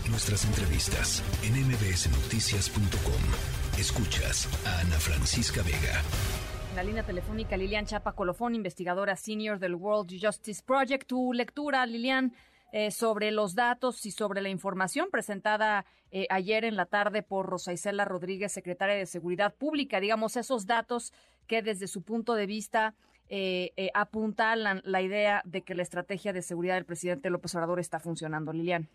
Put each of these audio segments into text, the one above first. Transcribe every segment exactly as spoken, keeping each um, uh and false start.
Nuestras entrevistas en eme be ese noticias punto com. Escuchas a Ana Francisca Vega. En la línea telefónica, Lilian Chapa Colofón, investigadora senior del World Justice Project. Tu lectura, Lilian, eh, sobre los datos y sobre la información presentada eh, ayer en la tarde por Rosa Isela Rodríguez, secretaria de Seguridad Pública. Digamos, esos datos que desde su punto de vista eh, eh, apuntalan la idea de que la estrategia de seguridad del presidente López Obrador está funcionando. Lilian.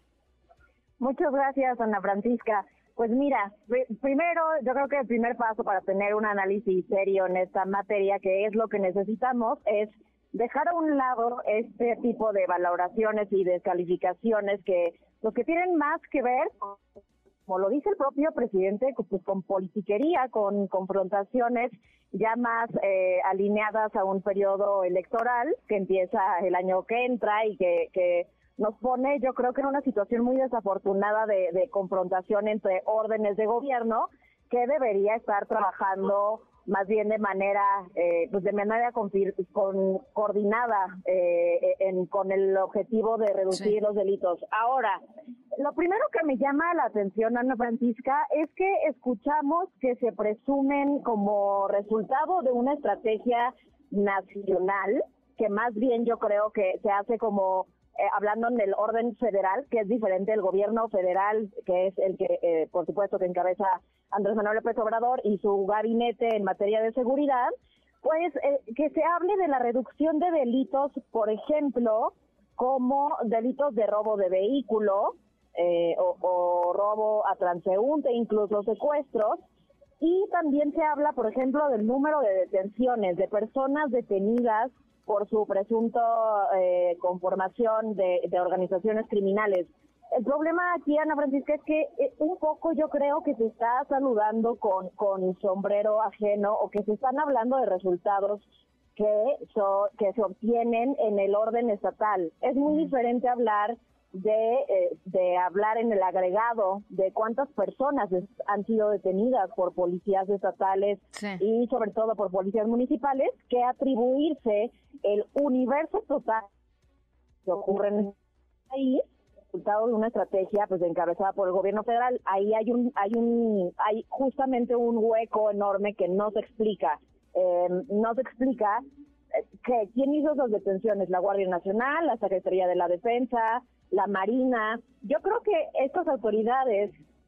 Muchas gracias, Ana Francisca. Pues mira, pr- primero yo creo que el primer paso para tener un análisis serio en esta materia, que es lo que necesitamos, es dejar a un lado este tipo de valoraciones y descalificaciones que los que tienen más que ver, como lo dice el propio presidente, pues con politiquería, con confrontaciones ya más eh, alineadas a un periodo electoral que empieza el año que entra y que, que nos pone, yo creo que en una situación muy desafortunada de, de confrontación entre órdenes de gobierno que debería estar trabajando más bien de manera, eh, pues de manera con, con, coordinada eh, en, con el objetivo de reducir sí. los delitos. Ahora, lo primero que me llama la atención, Ana Francisca, es que escuchamos que se presumen como resultado de una estrategia nacional, que más bien yo creo que se hace como Eh, hablando en el orden federal, que es diferente del gobierno federal, que es el que, eh, por supuesto, que encabeza Andrés Manuel López Obrador y su gabinete en materia de seguridad, pues eh, que se hable de la reducción de delitos, por ejemplo, como delitos de robo de vehículo eh, o, o robo a transeúnte, incluso secuestros, y también se habla, por ejemplo, del número de detenciones de personas detenidas por su presunto eh, conformación de, de organizaciones criminales. El problema aquí, Ana Francisca, es que eh, un poco yo creo que se está saludando con, con sombrero ajeno, o que se están hablando de resultados que, so, que se obtienen en el orden estatal. Es muy diferente hablar de, eh, de hablar en el agregado de cuántas personas es, han sido detenidas por policías estatales sí. y sobre todo por policías municipales, que atribuirse el universo total que ocurre en el país, resultado de una estrategia pues encabezada por el gobierno federal. Ahí hay un, hay un, hay justamente un hueco enorme que no se explica, eh, no se explica eh, que quién hizo esas detenciones, la Guardia Nacional, la Secretaría de la Defensa, la Marina. Yo creo que estas autoridades,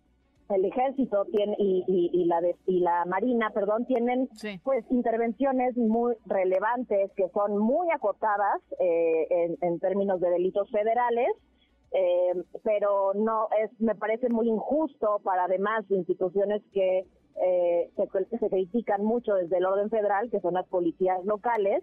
el Ejército tiene y, y, y la de, y la Marina, perdón, tienen sí. pues intervenciones muy relevantes que son muy acotadas eh, en, en términos de delitos federales, eh, pero no es, me parece muy injusto para además instituciones que eh, se, se critican mucho desde el orden federal, que son las policías locales.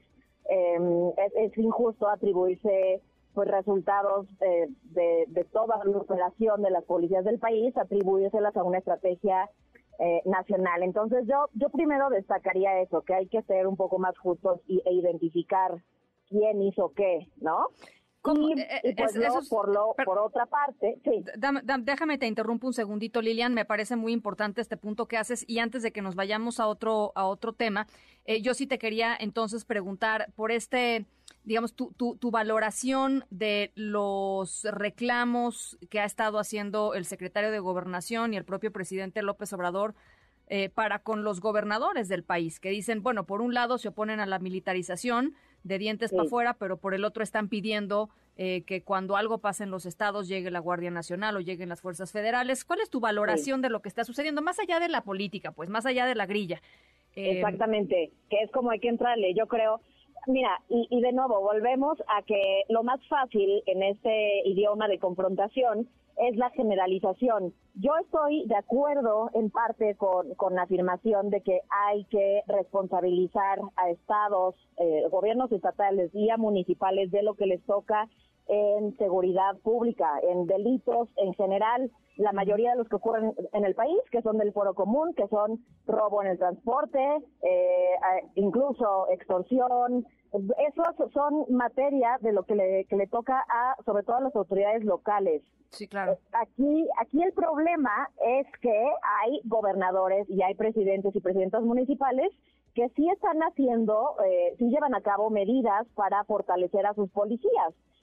Eh, es, es injusto atribuirse pues resultados eh, de, de toda la operación de las policías del país, atribuírselas a una estrategia eh, nacional. Entonces yo yo primero destacaría eso, que hay que ser un poco más justos y, e identificar quién hizo qué, ¿no? ¿Cómo? Y, Eh, y pues es, luego, es, por, lo, pero, por otra parte, sí. Dame, dame, déjame te interrumpo un segundito, Lilian, me parece muy importante este punto que haces, y antes de que nos vayamos a otro a otro tema, eh, yo sí te quería entonces preguntar por este, digamos, tu, tu, tu valoración de los reclamos que ha estado haciendo el secretario de Gobernación y el propio presidente López Obrador eh, para con los gobernadores del país, que dicen, bueno, por un lado se oponen a la militarización de dientes sí. para afuera, pero por el otro están pidiendo eh, que cuando algo pase en los estados llegue la Guardia Nacional o lleguen las fuerzas federales. ¿Cuál es tu valoración sí. de lo que está sucediendo, más allá de la política, pues más allá de la grilla? Eh, Exactamente, que es como hay que entrarle, yo creo. Mira, y, y de nuevo, volvemos a que lo más fácil en este idioma de confrontación es la generalización. Yo estoy de acuerdo en parte con, con la afirmación de que hay que responsabilizar a estados, eh, gobiernos estatales y a municipales de lo que les toca en seguridad pública, en delitos en general, la mayoría de los que ocurren en el país, que son del foro común, que son robo en el transporte, eh, incluso extorsión. Esos son materia de lo que le, que le toca a, sobre todo a las autoridades locales. Sí, claro. Aquí, aquí el problema es que hay gobernadores y hay presidentes y presidentas municipales que sí están haciendo, eh, sí llevan a cabo medidas para fortalecer a sus policías.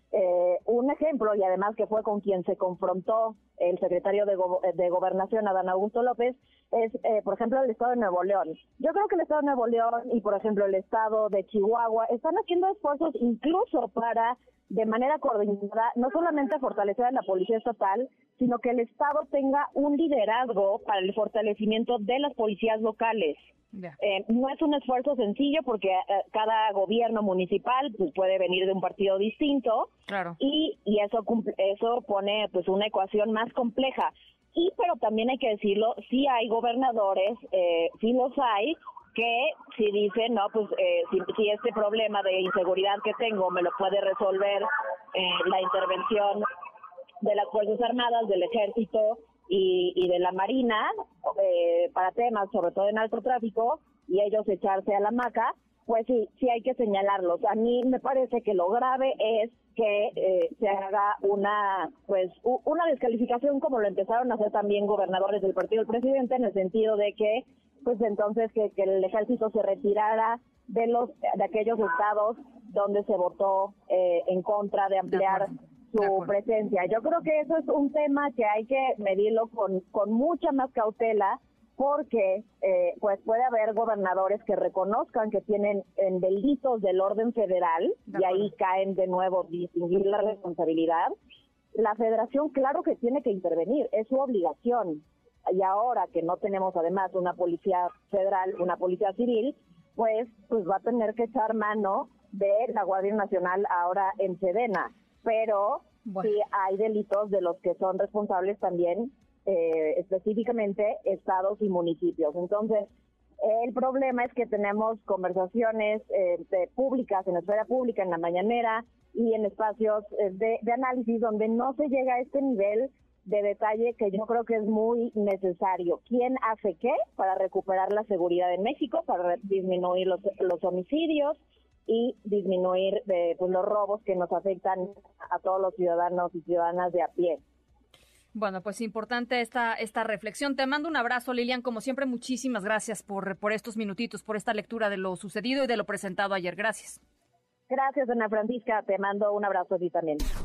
Eh, un ejemplo, y además que fue con quien se confrontó el secretario de, Go- de Gobernación, Adán Augusto López, es, eh, por ejemplo, el Estado de Nuevo León. Yo creo que el Estado de Nuevo León y, por ejemplo, el Estado de Chihuahua están haciendo esfuerzos incluso para, de manera coordinada, no solamente fortalecer a la Policía Estatal, sino que el Estado tenga un liderazgo para el fortalecimiento de las policías locales. Yeah. Eh, no es un esfuerzo sencillo porque eh, cada gobierno municipal pues, puede venir de un partido distinto, claro. y, y eso cumple, eso pone pues una ecuación más compleja. Y pero también hay que decirlo, sí hay gobernadores, eh, sí los hay, que si dicen, no, pues eh, si, si este problema de inseguridad que tengo me lo puede resolver eh, la intervención de las Fuerzas Armadas, del Ejército y, y de la Marina, eh, para temas sobre todo de narcotráfico, y ellos echarse a la hamaca, pues sí, sí hay que señalarlos. A mí me parece que lo grave es que eh, se haga una pues u- una descalificación, como lo empezaron a hacer también gobernadores del partido del presidente, en el sentido de que pues entonces que, que el ejército se retirara de los de aquellos estados donde se votó eh, en contra de ampliar de su presencia. Yo creo que eso es un tema que hay que medirlo con, con mucha más cautela, porque eh, pues puede haber gobernadores que reconozcan que tienen en delitos del orden federal, y ahí caen de nuevo distinguir la responsabilidad. La federación, claro que tiene que intervenir, es su obligación. Y ahora que no tenemos además una policía federal, una policía civil, pues, pues va a tener que echar mano de la Guardia Nacional ahora en Sedena. Pero bueno, sí hay delitos de los que son responsables también Eh, específicamente estados y municipios. Entonces, el problema es que tenemos conversaciones eh, de, públicas, en la esfera pública, en la mañanera y en espacios eh, de, de análisis donde no se llega a este nivel de detalle que yo creo que es muy necesario. ¿Quién hace qué para recuperar la seguridad en México, para disminuir los, los homicidios y disminuir eh, pues, los robos que nos afectan a todos los ciudadanos y ciudadanas de a pie? Bueno, pues importante esta esta reflexión. Te mando un abrazo, Lilian. Como siempre, muchísimas gracias por, por estos minutitos, por esta lectura de lo sucedido y de lo presentado ayer. Gracias. Gracias, Ana Francisca. Te mando un abrazo a ti también.